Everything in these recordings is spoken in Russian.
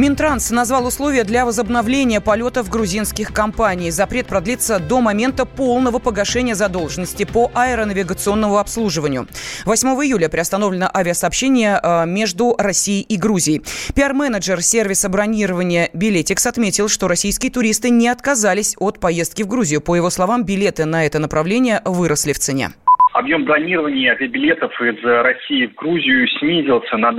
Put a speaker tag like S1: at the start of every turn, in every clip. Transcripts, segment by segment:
S1: Минтранс назвал условия для возобновления полетов грузинских компаний. Запрет продлится до момента полного погашения задолженности по аэронавигационному обслуживанию. 8 июля приостановлено авиасообщение между Россией и Грузией. Пиар-менеджер сервиса бронирования «Билетикс» отметил, что российские туристы не отказались от поездки в Грузию. По его словам, билеты на это направление выросли в цене.
S2: Объем бронирования авиабилетов из России в Грузию снизился на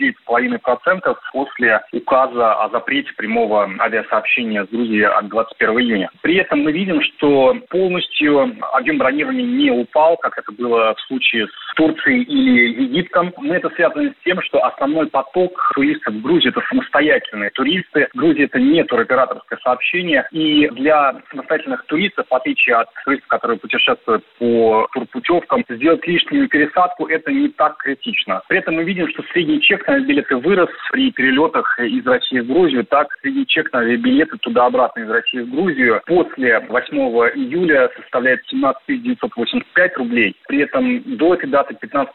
S2: 29,5% после указа о запрете прямого авиасообщения с Грузией от 21 июня. При этом мы видим, что полностью объем бронирования не упал, как это было в случае с Турцией или Египтом. Мы это связано с тем, что основной поток туристов в Грузии – это самостоятельные туристы. В Грузии это не туроператорское сообщение. И для самостоятельных туристов, в отличие от туристов, которые путешествуют по турпутевкам, сделать лишнюю пересадку – это не так критично. При этом мы видим, что средний чек на авиабилеты вырос при перелетах из России в Грузию. Так, средний чек на авиабилеты туда-обратно из России в Грузию после 8 июля составляет 17 985 рублей. При этом до этой даты 15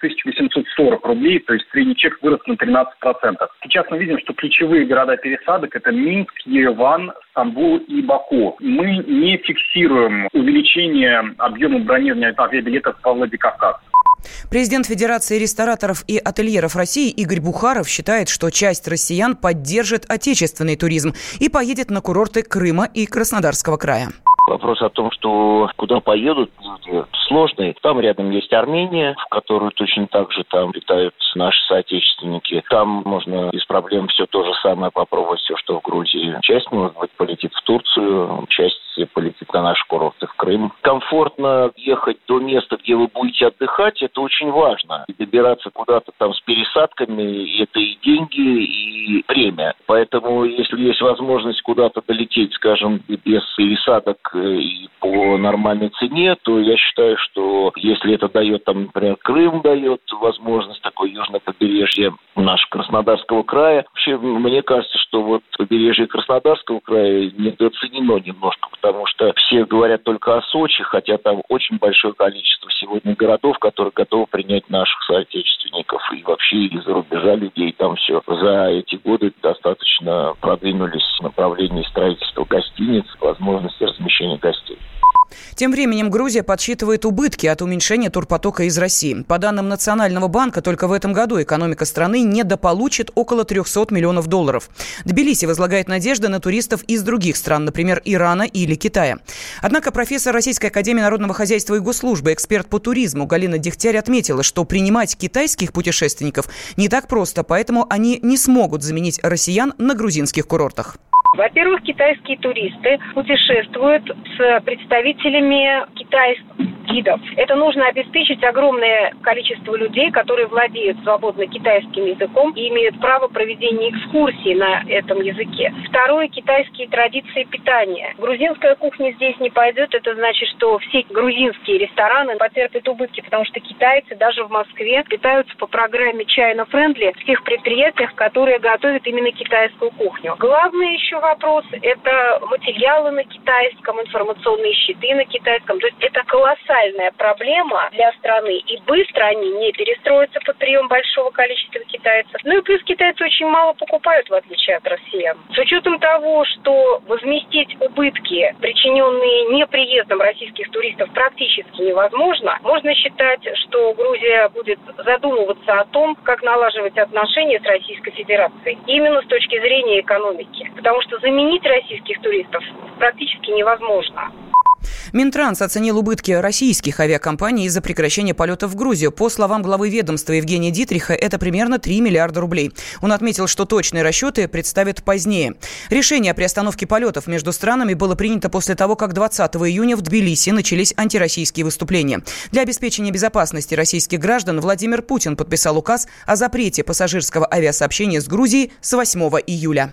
S2: 840 рублей, то есть средний чек вырос на 13%. Сейчас мы видим, что ключевые города пересадок – это Минск, Ереван, Стамбул и Баку. Мы не фиксируем увеличение объема бронирования авиабилетов во Владикавказ.
S1: Президент Федерации рестораторов и ательеров России Игорь Бухаров считает, что часть россиян поддержит отечественный туризм и поедет на курорты Крыма и Краснодарского края.
S3: Вопрос о том, что куда поедут люди, сложный. Там рядом есть Армения, в которую точно так же там летают наши соотечественники. Там можно без проблем все то же самое попробовать, все, что в Грузии. Часть, может быть, полетит в Турцию, часть полетит на наши курорты в Крым. Комфортно ехать до места, где вы будете отдыхать, это очень важно. И добираться куда-то там с пересадками, это и деньги, и время. Поэтому, если есть возможность куда-то долететь, скажем, без пересадок и по нормальной цене, то я считаю, что если это дает, там, например, Крым дает возможность, такое южное побережье нашего Краснодарского края. Вообще, мне кажется, что вот побережье Краснодарского края недооценено немножко, потому что все говорят только о Сочи, хотя там очень большое количество сегодня городов, которые готовы принять наших соотечественников и вообще из-за рубежа людей. Там все за эти годы достаточно продвинулись в направлении строительства гостиниц, возможности размещения гостей.
S1: Тем временем Грузия подсчитывает убытки от уменьшения турпотока из России. По данным Национального банка, только в этом году экономика страны недополучит около $300 миллионов. Тбилиси возлагает надежды на туристов из других стран, например, Ирана или Китая. Однако профессор Российской академии народного хозяйства и госслужбы, эксперт по туризму Галина Дегтярь отметила, что принимать китайских путешественников не так просто, поэтому они не смогут заменить россиян на грузинских курортах.
S4: Во-первых, китайские туристы путешествуют с представителями китайских гидов. Это нужно обеспечить огромное количество людей, которые владеют свободно китайским языком и имеют право проведения экскурсий на этом языке. Второе, китайские традиции питания. Грузинская кухня здесь не пойдет. Это значит, что все грузинские рестораны потерпят убытки, потому что китайцы даже в Москве питаются по программе China Friendly в тех предприятиях, которые готовят именно китайскую кухню. Главное еще вопрос – это материалы на китайском, информационные щиты на китайском. То есть это колоссальная проблема для страны. И быстро они не перестроятся под прием большого количества китайцев. Ну и плюс китайцы очень мало покупают, в отличие от россиян. С учетом того, что возместить убытки, причиненные неприездом российских туристов, практически невозможно, можно считать, что Грузия будет задумываться о том, как налаживать отношения с Российской Федерацией. Именно с точки зрения экономики. Потому что заменить российских туристов практически невозможно.
S1: Минтранс оценил убытки российских авиакомпаний из-за прекращения полетов в Грузию. По словам главы ведомства Евгения Дитриха, это примерно 3 миллиарда рублей. Он отметил, что точные расчеты представят позднее. Решение о приостановке полетов между странами было принято после того, как 20 июня в Тбилиси начались антироссийские выступления. Для обеспечения безопасности российских граждан Владимир Путин подписал указ о запрете пассажирского авиасообщения с Грузией с 8 июля.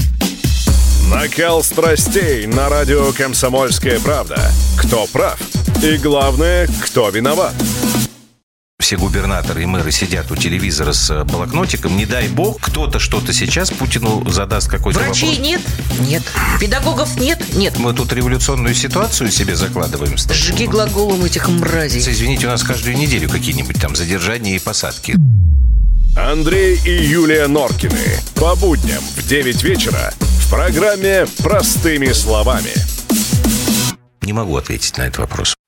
S5: Накал страстей на радио «Комсомольская правда». Кто прав? И главное, кто виноват?
S6: Все губернаторы и мэры сидят у телевизора с блокнотиком. Не дай бог, кто-то что-то сейчас Путину задаст какой-то вопрос.
S7: Врачей нет? Нет. Педагогов нет? Нет.
S6: Мы тут революционную ситуацию себе закладываем.
S7: Сжиги глаголом этих мразей.
S6: Извините, у нас каждую неделю какие-нибудь там задержания и посадки.
S5: Андрей и Юлия Норкины. По будням в в 9 вечера в программе «Простыми словами».
S6: Не могу ответить на этот вопрос.